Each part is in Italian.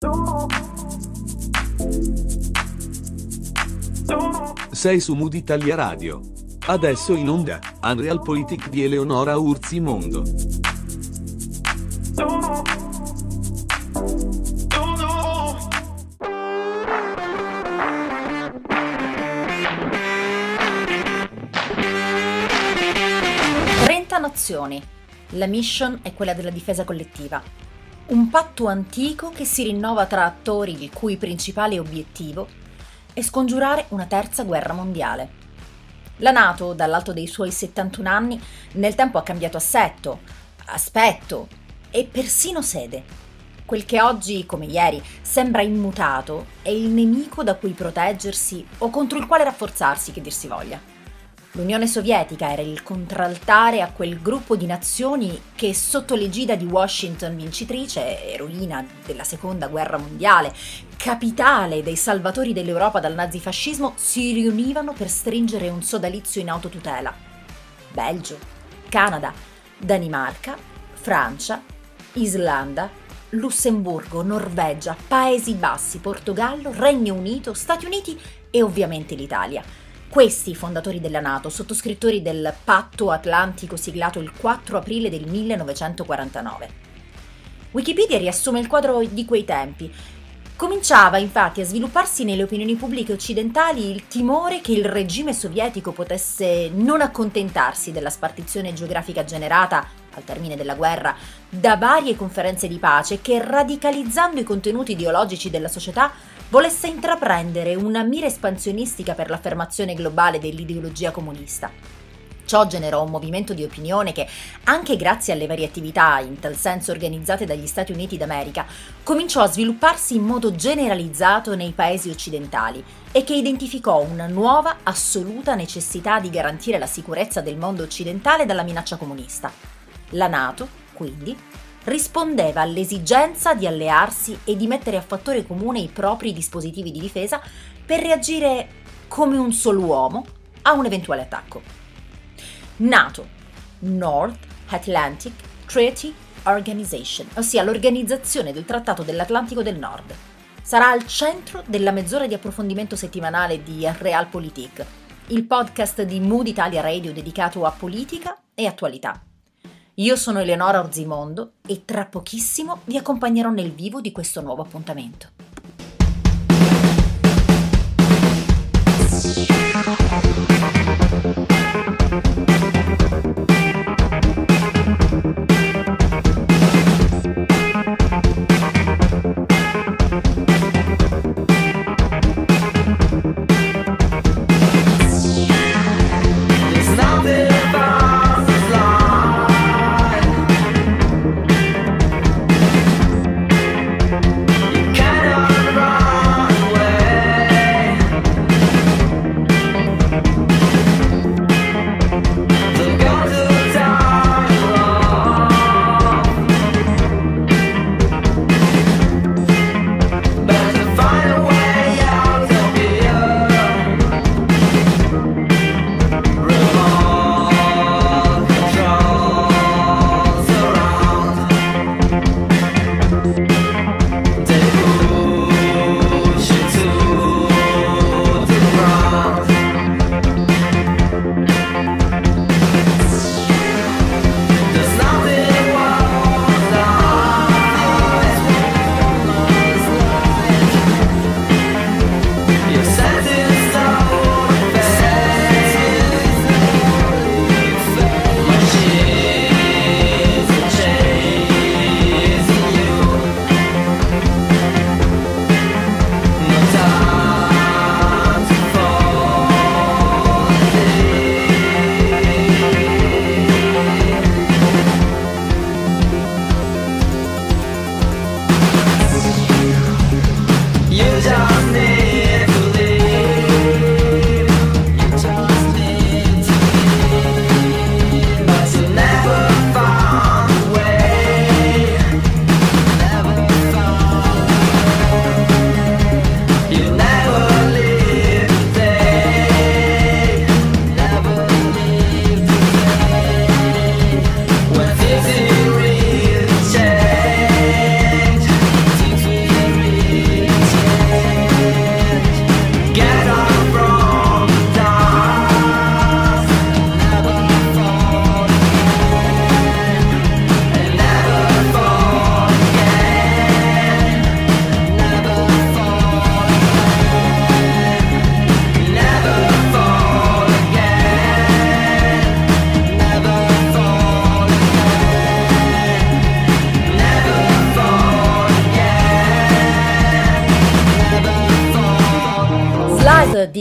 Sei su Mood Italia Radio. Adesso in onda, Unrealpolitik di Eleonora Urzimondo. Nazioni. La mission è quella della difesa collettiva. Un patto antico che si rinnova tra attori il cui principale obiettivo è scongiurare una terza guerra mondiale. La NATO, dall'alto dei suoi 71 anni, nel tempo ha cambiato assetto, aspetto e persino sede. Quel che oggi, come ieri, sembra immutato è il nemico da cui proteggersi o contro il quale rafforzarsi, che dir si voglia. L'Unione Sovietica era il contraltare a quel gruppo di nazioni che, sotto l'egida di Washington vincitrice, eroina della Seconda Guerra Mondiale, capitale dei salvatori dell'Europa dal nazifascismo, si riunivano per stringere un sodalizio in autotutela. Belgio, Canada, Danimarca, Francia, Islanda, Lussemburgo, Norvegia, Paesi Bassi, Portogallo, Regno Unito, Stati Uniti e ovviamente l'Italia. Questi i fondatori della NATO, sottoscrittori del Patto Atlantico siglato il 4 aprile del 1949. Wikipedia riassume il quadro di quei tempi. Cominciava infatti a svilupparsi nelle opinioni pubbliche occidentali il timore che il regime sovietico potesse non accontentarsi della spartizione geografica generata, al termine della guerra, da varie conferenze di pace, che radicalizzando i contenuti ideologici della società volesse intraprendere una mira espansionistica per l'affermazione globale dell'ideologia comunista. Ciò generò un movimento di opinione che, anche grazie alle varie attività in tal senso organizzate dagli Stati Uniti d'America, cominciò a svilupparsi in modo generalizzato nei paesi occidentali e che identificò una nuova assoluta necessità di garantire la sicurezza del mondo occidentale dalla minaccia comunista. La NATO, quindi, rispondeva all'esigenza di allearsi e di mettere a fattore comune i propri dispositivi di difesa per reagire come un solo uomo a un eventuale attacco. NATO, North Atlantic Treaty Organization, ossia l'organizzazione del Trattato dell'Atlantico del Nord, sarà al centro della mezz'ora di approfondimento settimanale di Realpolitik, il podcast di Mood Italia Radio dedicato a politica e attualità. Io sono Eleonora Urzimondo e tra pochissimo vi accompagnerò nel vivo di questo nuovo appuntamento.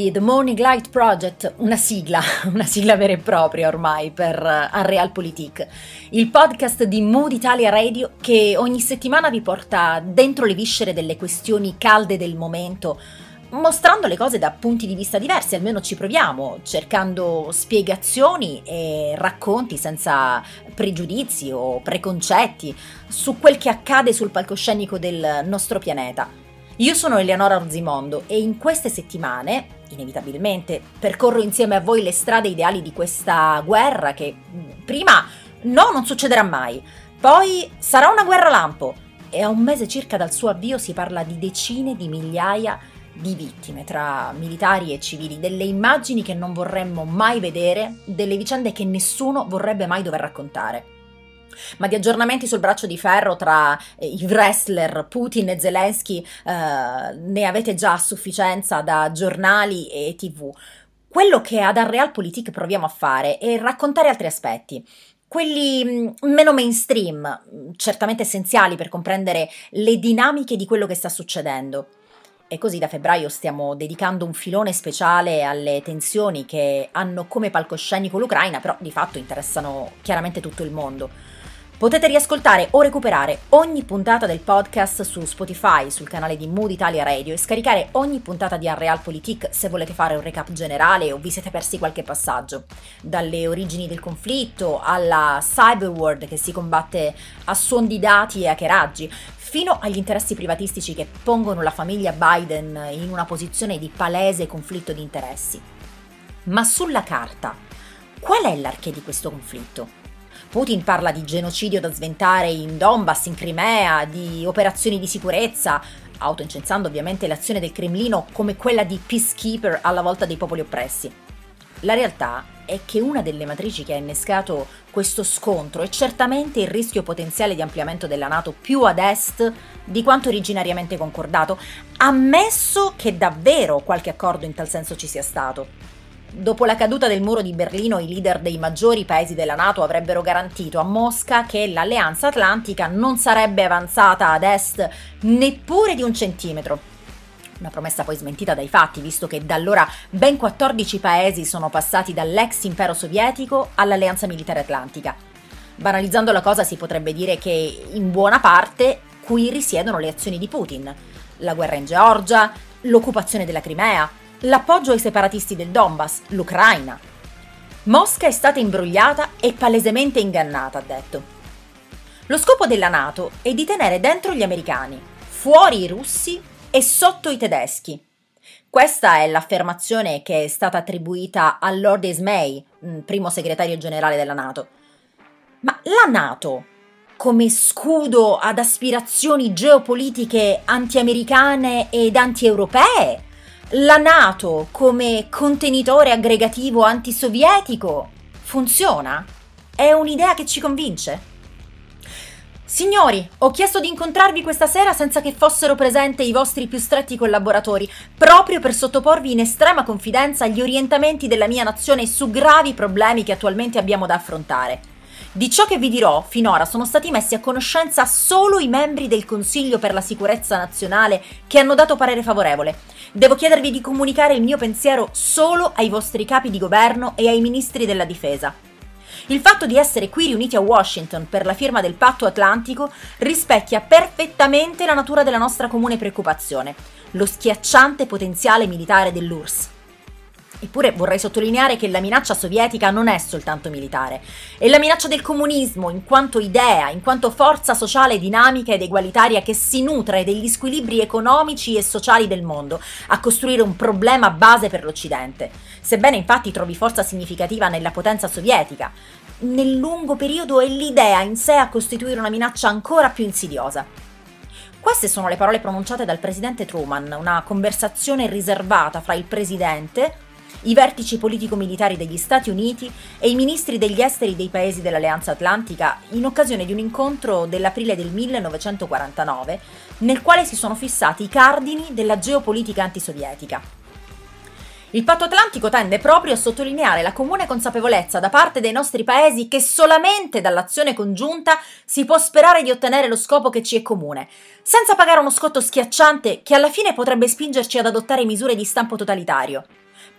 di The Morning Light Project, una sigla vera e propria ormai per Unrealpolitik, il podcast di Mood Italia Radio che ogni settimana vi porta dentro le viscere delle questioni calde del momento, mostrando le cose da punti di vista diversi, almeno ci proviamo, cercando spiegazioni e racconti senza pregiudizi o preconcetti su quel che accade sul palcoscenico del nostro pianeta. Io sono Eleonora Orzimondo e in queste settimane, inevitabilmente, percorro insieme a voi le strade ideali di questa guerra che prima non succederà mai, poi sarà una guerra lampo e a un mese circa dal suo avvio si parla di decine di migliaia di vittime tra militari e civili, delle immagini che non vorremmo mai vedere, delle vicende che nessuno vorrebbe mai dover raccontare. Ma di aggiornamenti sul braccio di ferro tra i wrestler Putin e Zelensky ne avete già a sufficienza da giornali e TV. Quello che ad Unrealpolitik proviamo a fare è raccontare altri aspetti, quelli meno mainstream, certamente essenziali per comprendere le dinamiche di quello che sta succedendo. E così da febbraio stiamo dedicando un filone speciale alle tensioni che hanno come palcoscenico l'Ucraina, però di fatto interessano chiaramente tutto il mondo. Potete riascoltare o recuperare ogni puntata del podcast su Spotify, sul canale di Mood Italia Radio, e scaricare ogni puntata di Unrealpolitik se volete fare un recap generale o vi siete persi qualche passaggio. Dalle origini del conflitto alla cyberwar che si combatte a suon di dati e hackeraggi, fino agli interessi privatistici che pongono la famiglia Biden in una posizione di palese conflitto di interessi. Ma sulla carta, qual è l'archè di questo conflitto? Putin parla di genocidio da sventare in Donbass, in Crimea, di operazioni di sicurezza, autoincensando ovviamente l'azione del Cremlino come quella di peacekeeper alla volta dei popoli oppressi. La realtà è che una delle matrici che ha innescato questo scontro è certamente il rischio potenziale di ampliamento della NATO più ad est di quanto originariamente concordato, ammesso che davvero qualche accordo in tal senso ci sia stato. Dopo la caduta del muro di Berlino, i leader dei maggiori paesi della NATO avrebbero garantito a Mosca che l'Alleanza Atlantica non sarebbe avanzata ad est neppure di un centimetro. Una promessa poi smentita dai fatti, visto che da allora ben 14 paesi sono passati dall'ex impero sovietico all'Alleanza Militare Atlantica. Banalizzando la cosa si potrebbe dire che in buona parte qui risiedono le azioni di Putin. La guerra in Georgia, l'occupazione della Crimea, l'appoggio ai separatisti del Donbass, l'Ucraina. Mosca è stata imbrogliata e palesemente ingannata, ha detto. Lo scopo della NATO è di tenere dentro gli americani, fuori i russi e sotto i tedeschi. Questa è l'affermazione che è stata attribuita a Lord Ismay, primo segretario generale della NATO. Ma la NATO, come scudo ad aspirazioni geopolitiche anti-americane ed anti-europee, la NATO come contenitore aggregativo antisovietico funziona? È un'idea che ci convince? Signori, ho chiesto di incontrarvi questa sera senza che fossero presenti i vostri più stretti collaboratori, proprio per sottoporvi in estrema confidenza gli orientamenti della mia nazione su gravi problemi che attualmente abbiamo da affrontare. Di ciò che vi dirò, finora sono stati messi a conoscenza solo i membri del Consiglio per la Sicurezza Nazionale che hanno dato parere favorevole. Devo chiedervi di comunicare il mio pensiero solo ai vostri capi di governo e ai ministri della difesa. Il fatto di essere qui riuniti a Washington per la firma del Patto Atlantico rispecchia perfettamente la natura della nostra comune preoccupazione, lo schiacciante potenziale militare dell'URSS. Eppure vorrei sottolineare che la minaccia sovietica non è soltanto militare, è la minaccia del comunismo in quanto idea, in quanto forza sociale dinamica ed egualitaria che si nutre degli squilibri economici e sociali del mondo, a costruire un problema base per l'Occidente. Sebbene infatti trovi forza significativa nella potenza sovietica, nel lungo periodo è l'idea in sé a costituire una minaccia ancora più insidiosa. Queste sono le parole pronunciate dal presidente Truman, una conversazione riservata fra il presidente, i vertici politico-militari degli Stati Uniti e i ministri degli esteri dei paesi dell'Alleanza Atlantica in occasione di un incontro dell'aprile del 1949 nel quale si sono fissati i cardini della geopolitica antisovietica. Il Patto Atlantico tende proprio a sottolineare la comune consapevolezza da parte dei nostri paesi che solamente dall'azione congiunta si può sperare di ottenere lo scopo che ci è comune, senza pagare uno scotto schiacciante che alla fine potrebbe spingerci ad adottare misure di stampo totalitario.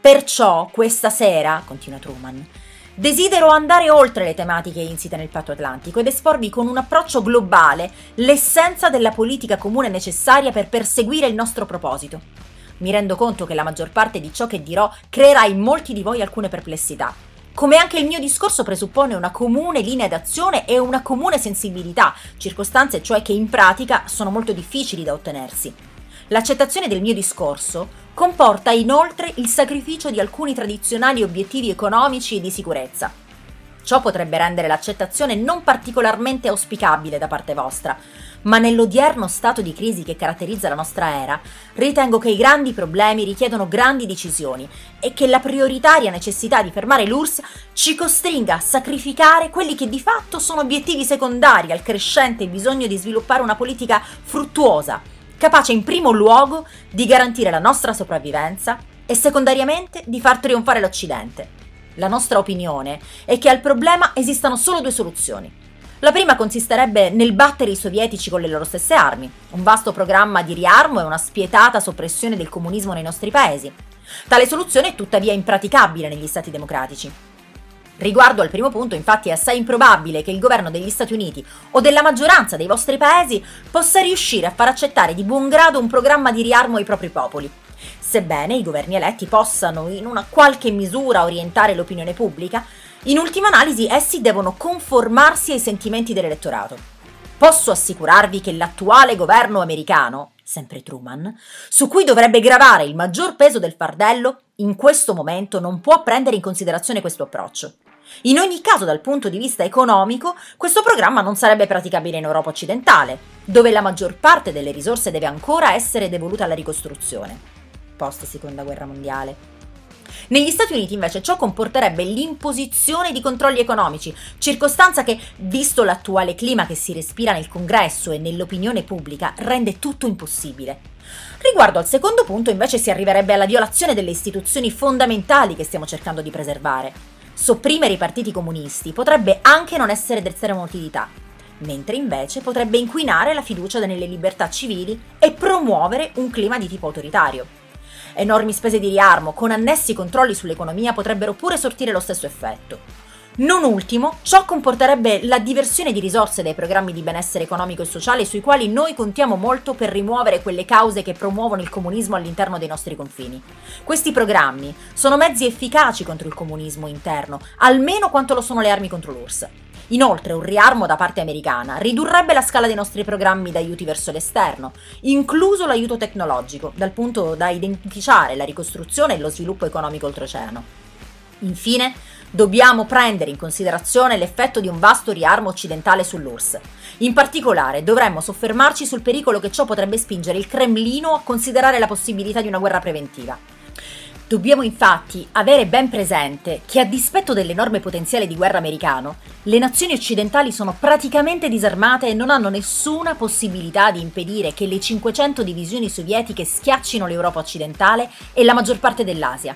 Perciò questa sera, continua Truman, desidero andare oltre le tematiche insite nel patto atlantico ed esporvi con un approccio globale l'essenza della politica comune necessaria per perseguire il nostro proposito. Mi rendo conto che la maggior parte di ciò che dirò creerà in molti di voi alcune perplessità, come anche il mio discorso presuppone una comune linea d'azione e una comune sensibilità, circostanze cioè che in pratica sono molto difficili da ottenersi. L'accettazione del mio discorso comporta inoltre il sacrificio di alcuni tradizionali obiettivi economici e di sicurezza. Ciò potrebbe rendere l'accettazione non particolarmente auspicabile da parte vostra, ma nell'odierno stato di crisi che caratterizza la nostra era, ritengo che i grandi problemi richiedono grandi decisioni e che la prioritaria necessità di fermare l'URSS ci costringa a sacrificare quelli che di fatto sono obiettivi secondari al crescente bisogno di sviluppare una politica fruttuosa, capace in primo luogo di garantire la nostra sopravvivenza e secondariamente di far trionfare l'Occidente. La nostra opinione è che al problema esistano solo due soluzioni. La prima consisterebbe nel battere i sovietici con le loro stesse armi, un vasto programma di riarmo e una spietata soppressione del comunismo nei nostri paesi. Tale soluzione è tuttavia impraticabile negli Stati democratici. Riguardo al primo punto, infatti, è assai improbabile che il governo degli Stati Uniti o della maggioranza dei vostri paesi possa riuscire a far accettare di buon grado un programma di riarmo ai propri popoli. Sebbene i governi eletti possano in una qualche misura orientare l'opinione pubblica, in ultima analisi essi devono conformarsi ai sentimenti dell'elettorato. Posso assicurarvi che l'attuale governo americano, sempre Truman, su cui dovrebbe gravare il maggior peso del fardello, in questo momento non può prendere in considerazione questo approccio. In ogni caso, dal punto di vista economico, questo programma non sarebbe praticabile in Europa occidentale, dove la maggior parte delle risorse deve ancora essere devoluta alla ricostruzione, post Seconda Guerra Mondiale. Negli Stati Uniti invece ciò comporterebbe l'imposizione di controlli economici, circostanza che, visto l'attuale clima che si respira nel Congresso e nell'opinione pubblica, rende tutto impossibile. Riguardo al secondo punto invece si arriverebbe alla violazione delle istituzioni fondamentali che stiamo cercando di preservare. Sopprimere i partiti comunisti potrebbe anche non essere d'estrema utilità, mentre invece potrebbe inquinare la fiducia nelle libertà civili e promuovere un clima di tipo autoritario. Enormi spese di riarmo con annessi controlli sull'economia potrebbero pure sortire lo stesso effetto. Non ultimo, ciò comporterebbe la diversione di risorse dai programmi di benessere economico e sociale sui quali noi contiamo molto per rimuovere quelle cause che promuovono il comunismo all'interno dei nostri confini. Questi programmi sono mezzi efficaci contro il comunismo interno, almeno quanto lo sono le armi contro l'URSS. Inoltre, un riarmo da parte americana ridurrebbe la scala dei nostri programmi d'aiuti verso l'esterno, incluso l'aiuto tecnologico, dal punto da identificare la ricostruzione e lo sviluppo economico oltreoceano. Infine, dobbiamo prendere in considerazione l'effetto di un vasto riarmo occidentale sull'URSS. In particolare, dovremmo soffermarci sul pericolo che ciò potrebbe spingere il Cremlino a considerare la possibilità di una guerra preventiva. Dobbiamo infatti avere ben presente che, a dispetto dell'enorme potenziale di guerra americano, le nazioni occidentali sono praticamente disarmate e non hanno nessuna possibilità di impedire che le 500 divisioni sovietiche schiaccino l'Europa occidentale e la maggior parte dell'Asia.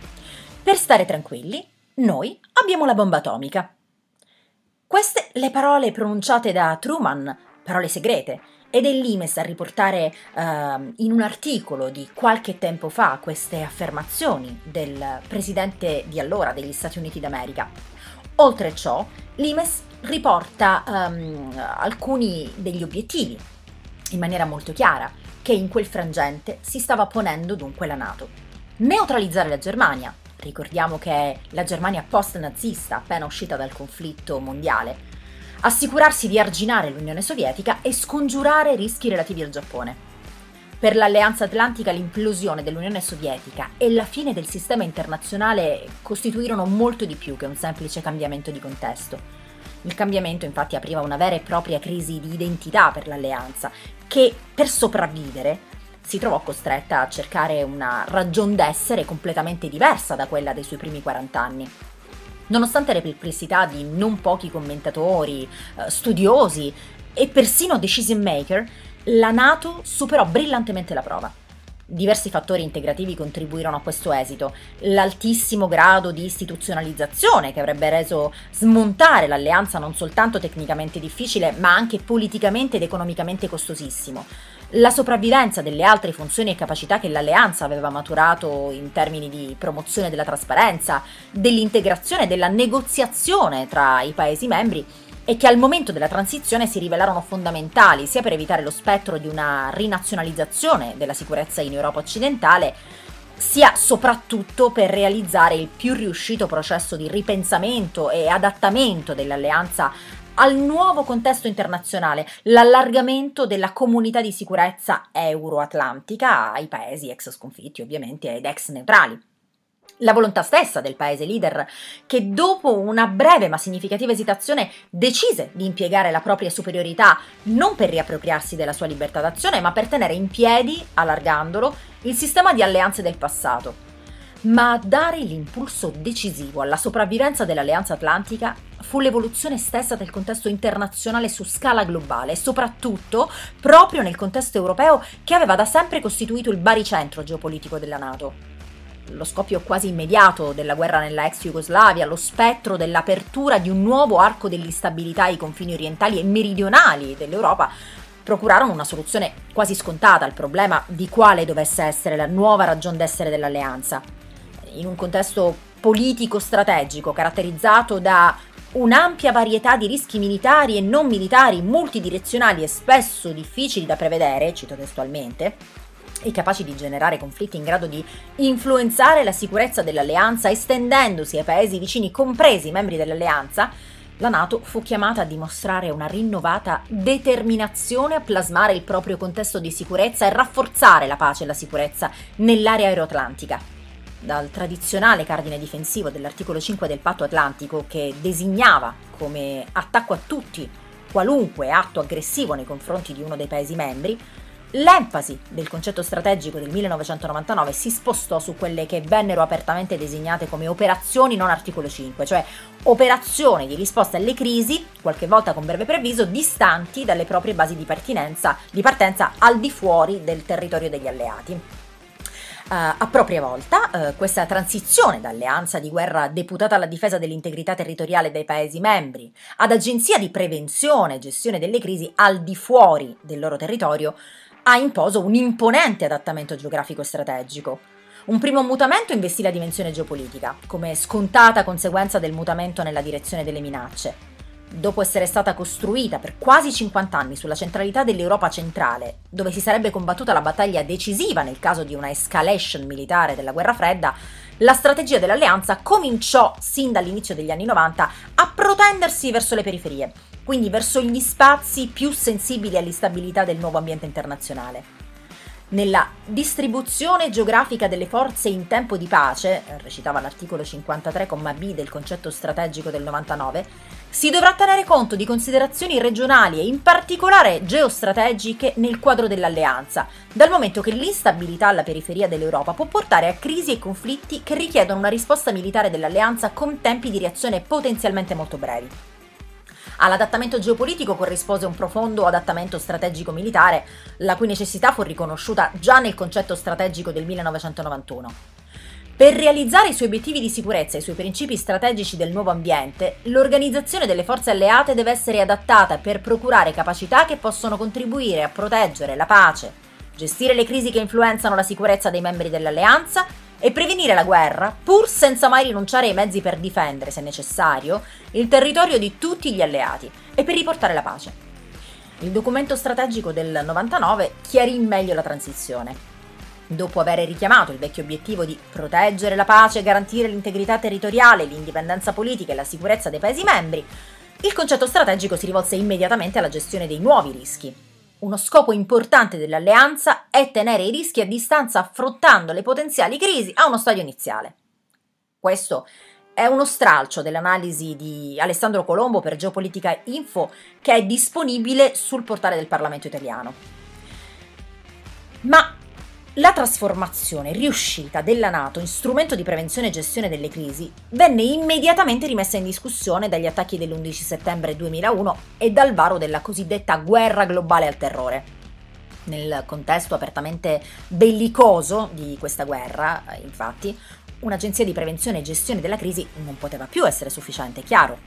Per stare tranquilli, noi abbiamo la bomba atomica. Queste le parole pronunciate da Truman, parole segrete, ed è l'Imes a riportare in un articolo di qualche tempo fa queste affermazioni del presidente di allora degli Stati Uniti d'America. Oltre ciò, l'Imes riporta alcuni degli obiettivi in maniera molto chiara che in quel frangente si stava ponendo dunque la NATO. Neutralizzare la Germania. Ricordiamo che è la Germania post-nazista appena uscita dal conflitto mondiale. Assicurarsi di arginare l'Unione Sovietica e scongiurare rischi relativi al Giappone. Per l'Alleanza Atlantica l'implosione dell'Unione Sovietica e la fine del sistema internazionale costituirono molto di più che un semplice cambiamento di contesto. Il cambiamento infatti apriva una vera e propria crisi di identità per l'Alleanza, che per sopravvivere si trovò costretta a cercare una ragion d'essere completamente diversa da quella dei suoi primi 40 anni. Nonostante le perplessità di non pochi commentatori, studiosi e persino decision maker, la NATO superò brillantemente la prova. Diversi fattori integrativi contribuirono a questo esito: l'altissimo grado di istituzionalizzazione che avrebbe reso smontare l'alleanza non soltanto tecnicamente difficile, ma anche politicamente ed economicamente costosissimo; La sopravvivenza delle altre funzioni e capacità che l'alleanza aveva maturato in termini di promozione della trasparenza, dell'integrazione e della negoziazione tra i Paesi membri, e che al momento della transizione si rivelarono fondamentali sia per evitare lo spettro di una rinazionalizzazione della sicurezza in Europa occidentale, sia soprattutto per realizzare il più riuscito processo di ripensamento e adattamento dell'alleanza al nuovo contesto internazionale, l'allargamento della comunità di sicurezza euroatlantica ai paesi ex sconfitti ovviamente ed ex neutrali. La volontà stessa del paese leader, che dopo una breve ma significativa esitazione decise di impiegare la propria superiorità non per riappropriarsi della sua libertà d'azione, ma per tenere in piedi, allargandolo, il sistema di alleanze del passato. Ma a dare l'impulso decisivo alla sopravvivenza dell'Alleanza Atlantica fu l'evoluzione stessa del contesto internazionale su scala globale e soprattutto proprio nel contesto europeo, che aveva da sempre costituito il baricentro geopolitico della NATO. Lo scoppio quasi immediato della guerra nella ex Jugoslavia, lo spettro dell'apertura di un nuovo arco dell'instabilità ai confini orientali e meridionali dell'Europa procurarono una soluzione quasi scontata al problema di quale dovesse essere la nuova ragion d'essere dell'alleanza. In un contesto politico-strategico caratterizzato da un'ampia varietà di rischi militari e non militari, multidirezionali e spesso difficili da prevedere, cito testualmente, e capaci di generare conflitti in grado di influenzare la sicurezza dell'alleanza estendendosi ai paesi vicini, compresi i membri dell'alleanza, la NATO fu chiamata a dimostrare una rinnovata determinazione a plasmare il proprio contesto di sicurezza e rafforzare la pace e la sicurezza nell'area euroatlantica. Dal tradizionale cardine difensivo dell'articolo 5 del Patto Atlantico, che designava come attacco a tutti qualunque atto aggressivo nei confronti di uno dei Paesi membri, l'enfasi del concetto strategico del 1999 si spostò su quelle che vennero apertamente designate come operazioni non articolo 5, cioè operazioni di risposta alle crisi, qualche volta con breve preavviso, distanti dalle proprie basi di partenza al di fuori del territorio degli alleati. A propria volta, questa transizione da alleanza di guerra deputata alla difesa dell'integrità territoriale dei Paesi membri ad agenzia di prevenzione e gestione delle crisi al di fuori del loro territorio ha imposto un imponente adattamento geografico e strategico. Un primo mutamento investì la dimensione geopolitica, come scontata conseguenza del mutamento nella direzione delle minacce. Dopo essere stata costruita per quasi 50 anni sulla centralità dell'Europa centrale, dove si sarebbe combattuta la battaglia decisiva nel caso di una escalation militare della guerra fredda, la strategia dell'alleanza cominciò sin dall'inizio degli anni 90 a protendersi verso le periferie, quindi verso gli spazi più sensibili all'instabilità del nuovo ambiente internazionale. Nella distribuzione geografica delle forze in tempo di pace, recitava l'articolo 53,b del concetto strategico del 99, si dovrà tenere conto di considerazioni regionali e in particolare geostrategiche nel quadro dell'alleanza, dal momento che l'instabilità alla periferia dell'Europa può portare a crisi e conflitti che richiedono una risposta militare dell'alleanza con tempi di reazione potenzialmente molto brevi. All'adattamento geopolitico corrispose un profondo adattamento strategico-militare, la cui necessità fu riconosciuta già nel concetto strategico del 1991. Per realizzare i suoi obiettivi di sicurezza e i suoi principi strategici del nuovo ambiente, l'organizzazione delle forze alleate deve essere adattata per procurare capacità che possono contribuire a proteggere la pace, gestire le crisi che influenzano la sicurezza dei membri dell'alleanza e prevenire la guerra, pur senza mai rinunciare ai mezzi per difendere, se necessario, il territorio di tutti gli alleati e per riportare la pace. Il documento strategico del 99 chiarì meglio la transizione. Dopo aver richiamato il vecchio obiettivo di proteggere la pace, garantire l'integrità territoriale, l'indipendenza politica e la sicurezza dei Paesi membri, il concetto strategico si rivolse immediatamente alla gestione dei nuovi rischi. Uno scopo importante dell'alleanza è tenere i rischi a distanza affrontando le potenziali crisi a uno stadio iniziale. Questo è uno stralcio dell'analisi di Alessandro Colombo per Geopolitica Info, che è disponibile sul portale del Parlamento italiano. Ma la trasformazione riuscita della NATO in strumento di prevenzione e gestione delle crisi venne immediatamente rimessa in discussione dagli attacchi dell'11 settembre 2001 e dal varo della cosiddetta guerra globale al terrore. Nel contesto apertamente bellicoso di questa guerra, infatti, un'agenzia di prevenzione e gestione della crisi non poteva più essere sufficiente, chiaro.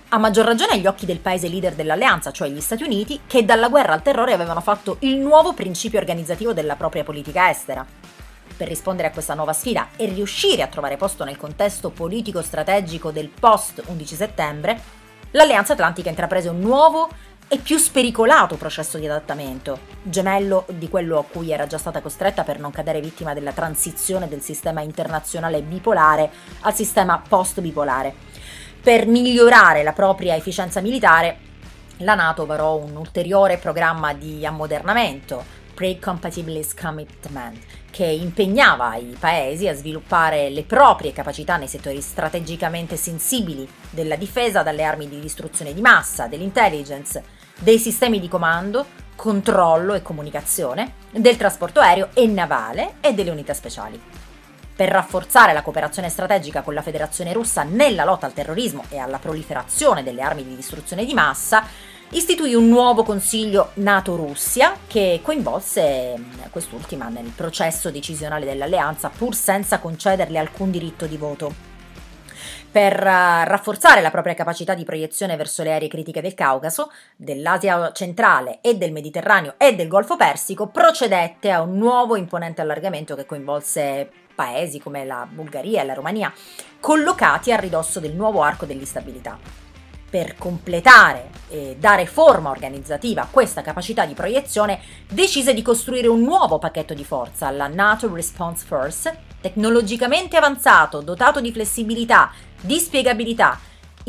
A maggior ragione agli occhi del paese leader dell'alleanza, cioè gli Stati Uniti, che dalla guerra al terrore avevano fatto il nuovo principio organizzativo della propria politica estera. Per rispondere a questa nuova sfida e riuscire a trovare posto nel contesto politico-strategico del post-11 settembre, l'Alleanza Atlantica intraprese un nuovo e più spericolato processo di adattamento, gemello di quello a cui era già stata costretta per non cadere vittima della transizione del sistema internazionale bipolare al sistema post-bipolare. Per migliorare la propria efficienza militare, la NATO varò un ulteriore programma di ammodernamento, Pre-Compatibility Commitment, che impegnava i paesi a sviluppare le proprie capacità nei settori strategicamente sensibili della difesa dalle armi di distruzione di massa, dell'intelligence, dei sistemi di comando, controllo e comunicazione, del trasporto aereo e navale e delle unità speciali. Per rafforzare la cooperazione strategica con la Federazione Russa nella lotta al terrorismo e alla proliferazione delle armi di distruzione di massa, istituì un nuovo Consiglio NATO-Russia che coinvolse quest'ultima nel processo decisionale dell'alleanza pur senza concederle alcun diritto di voto. Per rafforzare la propria capacità di proiezione verso le aree critiche del Caucaso, dell'Asia centrale e del Mediterraneo e del Golfo Persico, procedette a un nuovo imponente allargamento che coinvolse paesi come la Bulgaria e la Romania, collocati a ridosso del nuovo arco dell'instabilità. Per completare e dare forma organizzativa a questa capacità di proiezione, decise di costruire un nuovo pacchetto di forza, la NATO Response Force, tecnologicamente avanzato, dotato di flessibilità, dispiegabilità,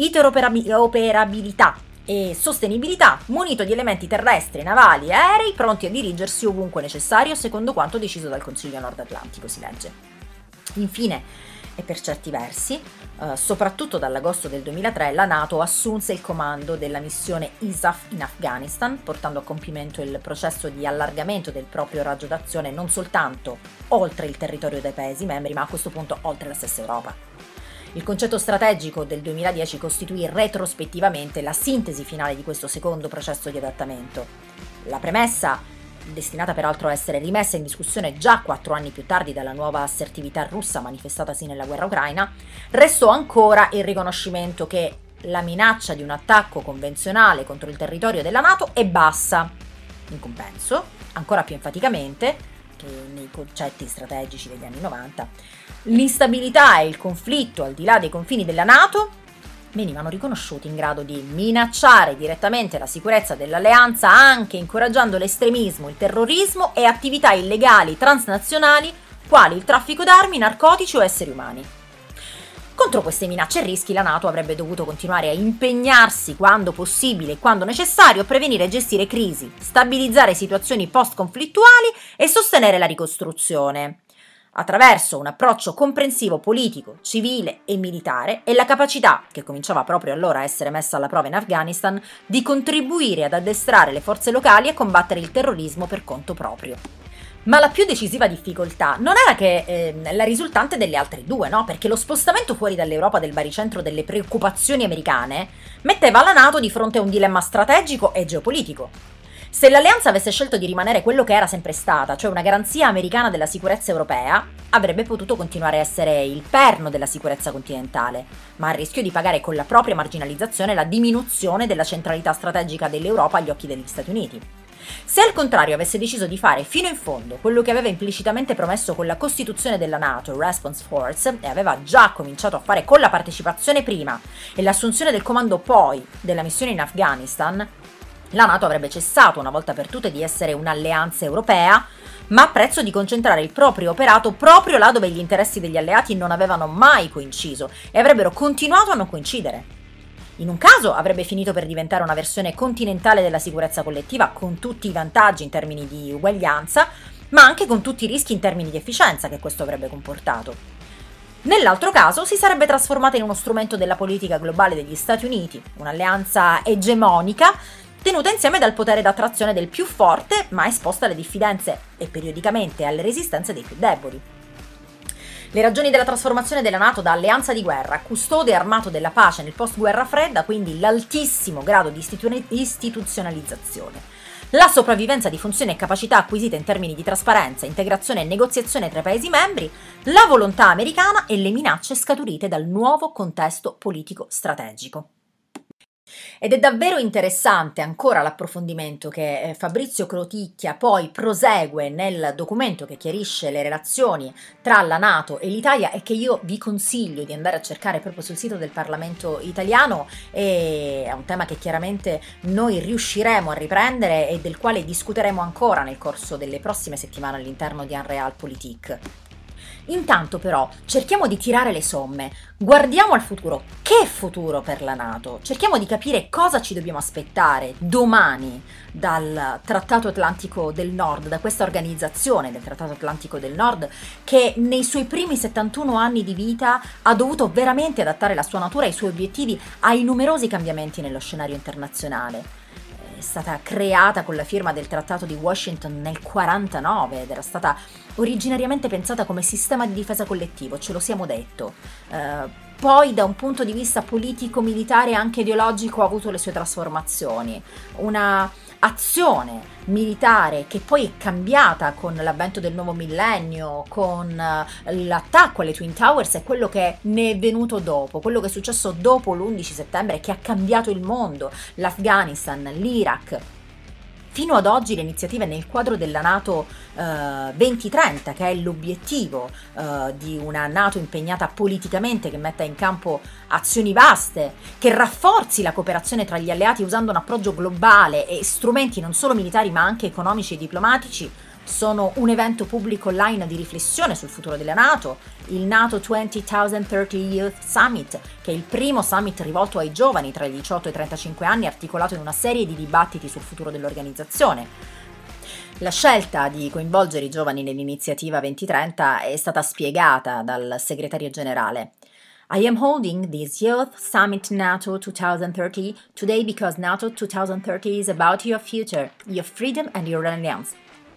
interoperabilità e sostenibilità, munito di elementi terrestri, navali e aerei pronti a dirigersi ovunque necessario secondo quanto deciso dal Consiglio Nord Atlantico, si legge. Infine, e per certi versi, soprattutto dall'agosto del 2003, la NATO assunse il comando della missione ISAF in Afghanistan, portando a compimento il processo di allargamento del proprio raggio d'azione non soltanto oltre il territorio dei Paesi membri, ma a questo punto oltre la stessa Europa. Il concetto strategico del 2010 costituì retrospettivamente la sintesi finale di questo secondo processo di adattamento. La premessa, destinata peraltro a essere rimessa in discussione già 4 anni più tardi dalla nuova assertività russa manifestatasi nella guerra ucraina, restò ancora il riconoscimento che la minaccia di un attacco convenzionale contro il territorio della NATO è bassa. In compenso, ancora più enfaticamente, che nei concetti strategici degli anni 90, l'instabilità e il conflitto al di là dei confini della NATO venivano riconosciuti in grado di minacciare direttamente la sicurezza dell'alleanza, anche incoraggiando l'estremismo, il terrorismo e attività illegali transnazionali quali il traffico d'armi, narcotici o esseri umani. Contro queste minacce e rischi la NATO avrebbe dovuto continuare a impegnarsi quando possibile e quando necessario a prevenire e gestire crisi, stabilizzare situazioni post-conflittuali e sostenere la ricostruzione, attraverso un approccio comprensivo politico, civile e militare e la capacità, che cominciava proprio allora a essere messa alla prova in Afghanistan, di contribuire ad addestrare le forze locali a combattere il terrorismo per conto proprio. Ma la più decisiva difficoltà non era che la risultante delle altre due, no? Perché lo spostamento fuori dall'Europa del baricentro delle preoccupazioni americane metteva la NATO di fronte a un dilemma strategico e geopolitico. Se l'alleanza avesse scelto di rimanere quello che era sempre stata, cioè una garanzia americana della sicurezza europea, avrebbe potuto continuare a essere il perno della sicurezza continentale, ma a rischio di pagare con la propria marginalizzazione la diminuzione della centralità strategica dell'Europa agli occhi degli Stati Uniti. Se al contrario avesse deciso di fare fino in fondo quello che aveva implicitamente promesso con la costituzione della NATO Response Force, e aveva già cominciato a fare con la partecipazione prima e l'assunzione del comando poi della missione in Afghanistan, la NATO avrebbe cessato una volta per tutte di essere un'alleanza europea, ma a prezzo di concentrare il proprio operato proprio là dove gli interessi degli alleati non avevano mai coinciso e avrebbero continuato a non coincidere. In un caso avrebbe finito per diventare una versione continentale della sicurezza collettiva con tutti i vantaggi in termini di uguaglianza, ma anche con tutti i rischi in termini di efficienza che questo avrebbe comportato. Nell'altro caso si sarebbe trasformata in uno strumento della politica globale degli Stati Uniti, un'alleanza egemonica tenuta insieme dal potere d'attrazione del più forte, ma esposta alle diffidenze e periodicamente alle resistenze dei più deboli. Le ragioni della trasformazione della NATO da alleanza di guerra, custode armato della pace nel post-guerra fredda, quindi l'altissimo grado di istituzionalizzazione, la sopravvivenza di funzioni e capacità acquisite in termini di trasparenza, integrazione e negoziazione tra i Paesi membri, la volontà americana e le minacce scaturite dal nuovo contesto politico strategico. Ed è davvero interessante ancora l'approfondimento che Fabrizio Croticchia poi prosegue nel documento che chiarisce le relazioni tra la NATO e l'Italia e che io vi consiglio di andare a cercare proprio sul sito del Parlamento italiano. È un tema che chiaramente noi riusciremo a riprendere e del quale discuteremo ancora nel corso delle prossime settimane all'interno di Unrealpolitik. Intanto però cerchiamo di tirare le somme, guardiamo al futuro. Che futuro per la NATO? Cerchiamo di capire cosa ci dobbiamo aspettare domani dal Trattato Atlantico del Nord, da questa organizzazione del Trattato Atlantico del Nord che nei suoi primi 71 anni di vita ha dovuto veramente adattare la sua natura e i suoi obiettivi ai numerosi cambiamenti nello scenario internazionale. È stata creata con la firma del Trattato di Washington nel 1949 ed era stata originariamente pensata come sistema di difesa collettivo, ce lo siamo detto. Poi da un punto di vista politico, militare e anche ideologico ha avuto le sue trasformazioni. Una azione militare che poi è cambiata con l'avvento del nuovo millennio, con l'attacco alle Twin Towers e quello che ne è venuto dopo, quello che è successo dopo l'11 settembre che ha cambiato il mondo, l'Afghanistan, l'Iraq. Fino ad oggi le iniziative nel quadro della NATO 2030, che è l'obiettivo di una NATO impegnata politicamente, che metta in campo azioni vaste, che rafforzi la cooperazione tra gli alleati usando un approccio globale e strumenti non solo militari ma anche economici e diplomatici, sono un evento pubblico online di riflessione sul futuro della NATO, il NATO 2030 Youth Summit, che è il primo summit rivolto ai giovani tra i 18 e i 35 anni, articolato in una serie di dibattiti sul futuro dell'organizzazione. La scelta di coinvolgere i giovani nell'iniziativa 2030 è stata spiegata dal segretario generale. I am holding this Youth Summit NATO 2030 today because NATO 2030 is about your future, your freedom and your alliance.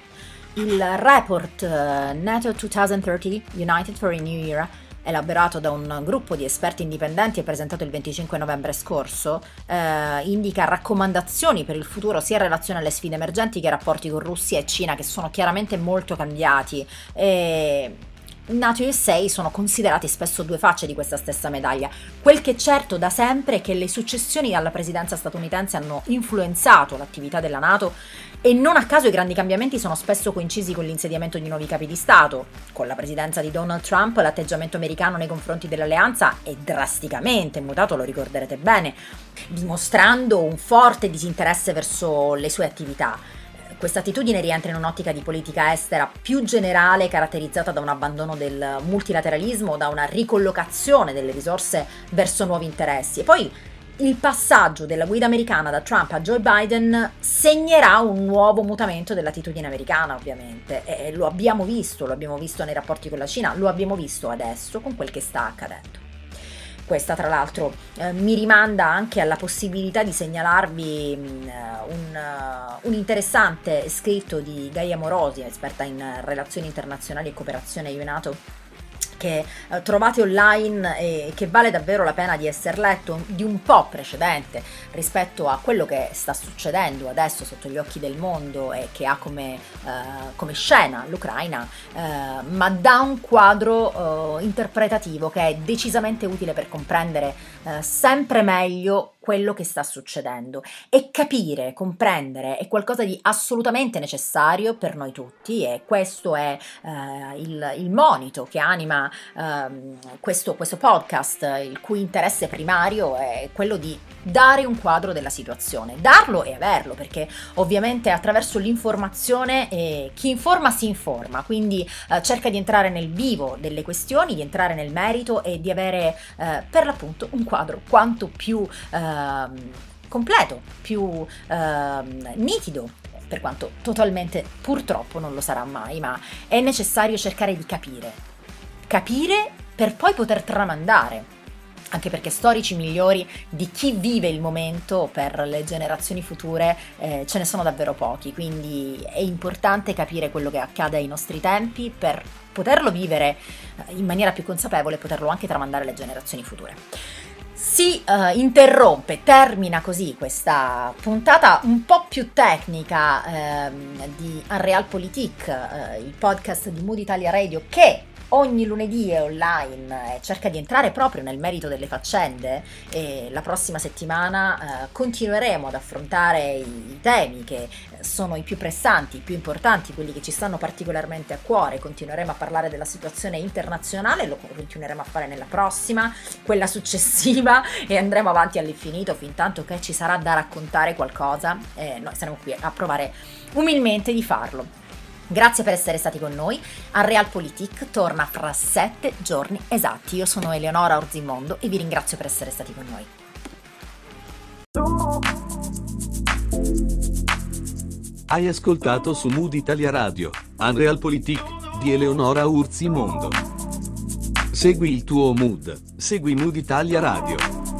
Il report NATO 2030 United for a New Era, elaborato da un gruppo di esperti indipendenti e presentato il 25 novembre scorso, indica raccomandazioni per il futuro sia in relazione alle sfide emergenti che ai rapporti con Russia e Cina, che sono chiaramente molto cambiati. NATO e USA sono considerati spesso due facce di questa stessa medaglia. Quel che è certo da sempre è che le successioni alla presidenza statunitense hanno influenzato l'attività della NATO e non a caso i grandi cambiamenti sono spesso coincisi con l'insediamento di nuovi capi di Stato. Con la presidenza di Donald Trump l'atteggiamento americano nei confronti dell'alleanza è drasticamente mutato, lo ricorderete bene, dimostrando un forte disinteresse verso le sue attività. Questa attitudine rientra in un'ottica di politica estera più generale, caratterizzata da un abbandono del multilateralismo, da una ricollocazione delle risorse verso nuovi interessi. E poi il passaggio della guida americana da Trump a Joe Biden segnerà un nuovo mutamento dell'attitudine americana, ovviamente. E lo abbiamo visto nei rapporti con la Cina, lo abbiamo visto adesso con quel che sta accadendo. Questa tra l'altro mi rimanda anche alla possibilità di segnalarvi un interessante scritto di Gaia Morosi, esperta in relazioni internazionali e cooperazione EU-NATO, che trovate online e che vale davvero la pena di essere letto, di un po' precedente rispetto a quello che sta succedendo adesso sotto gli occhi del mondo e che ha come scena l'Ucraina, ma da un quadro interpretativo che è decisamente utile per comprendere sempre meglio quello che sta succedendo. E capire, comprendere è qualcosa di assolutamente necessario per noi tutti, e questo è il monito che anima questo podcast, il cui interesse primario è quello di dare un quadro della situazione, darlo e averlo, perché ovviamente attraverso l'informazione chi informa si informa, quindi cerca di entrare nel vivo delle questioni, di entrare nel merito e di avere per l'appunto un quadro quanto più completo, più nitido, per quanto totalmente purtroppo non lo sarà mai, ma è necessario cercare di capire per poi poter tramandare, anche perché storici migliori di chi vive il momento per le generazioni future ce ne sono davvero pochi, quindi è importante capire quello che accade ai nostri tempi per poterlo vivere in maniera più consapevole e poterlo anche tramandare alle generazioni future. Si termina così questa puntata un po' più tecnica di Unrealpolitik, il podcast di Mood Italia Radio che Ogni lunedì è online e cerca di entrare proprio nel merito delle faccende, e la prossima settimana continueremo ad affrontare i temi che sono i più pressanti, i più importanti, quelli che ci stanno particolarmente a cuore. Continueremo a parlare della situazione internazionale, lo continueremo a fare nella prossima, quella successiva, e andremo avanti all'infinito fin tanto che ci sarà da raccontare qualcosa, e noi saremo qui a provare umilmente di farlo. Grazie per essere stati con noi. Unrealpolitik torna fra 7 giorni esatti. Io sono Eleonora Orzimondo e vi ringrazio per essere stati con noi. Hai ascoltato su Mood Italia Radio, Unrealpolitik di Eleonora Urzimondo. Segui il tuo mood, segui Mood Italia Radio.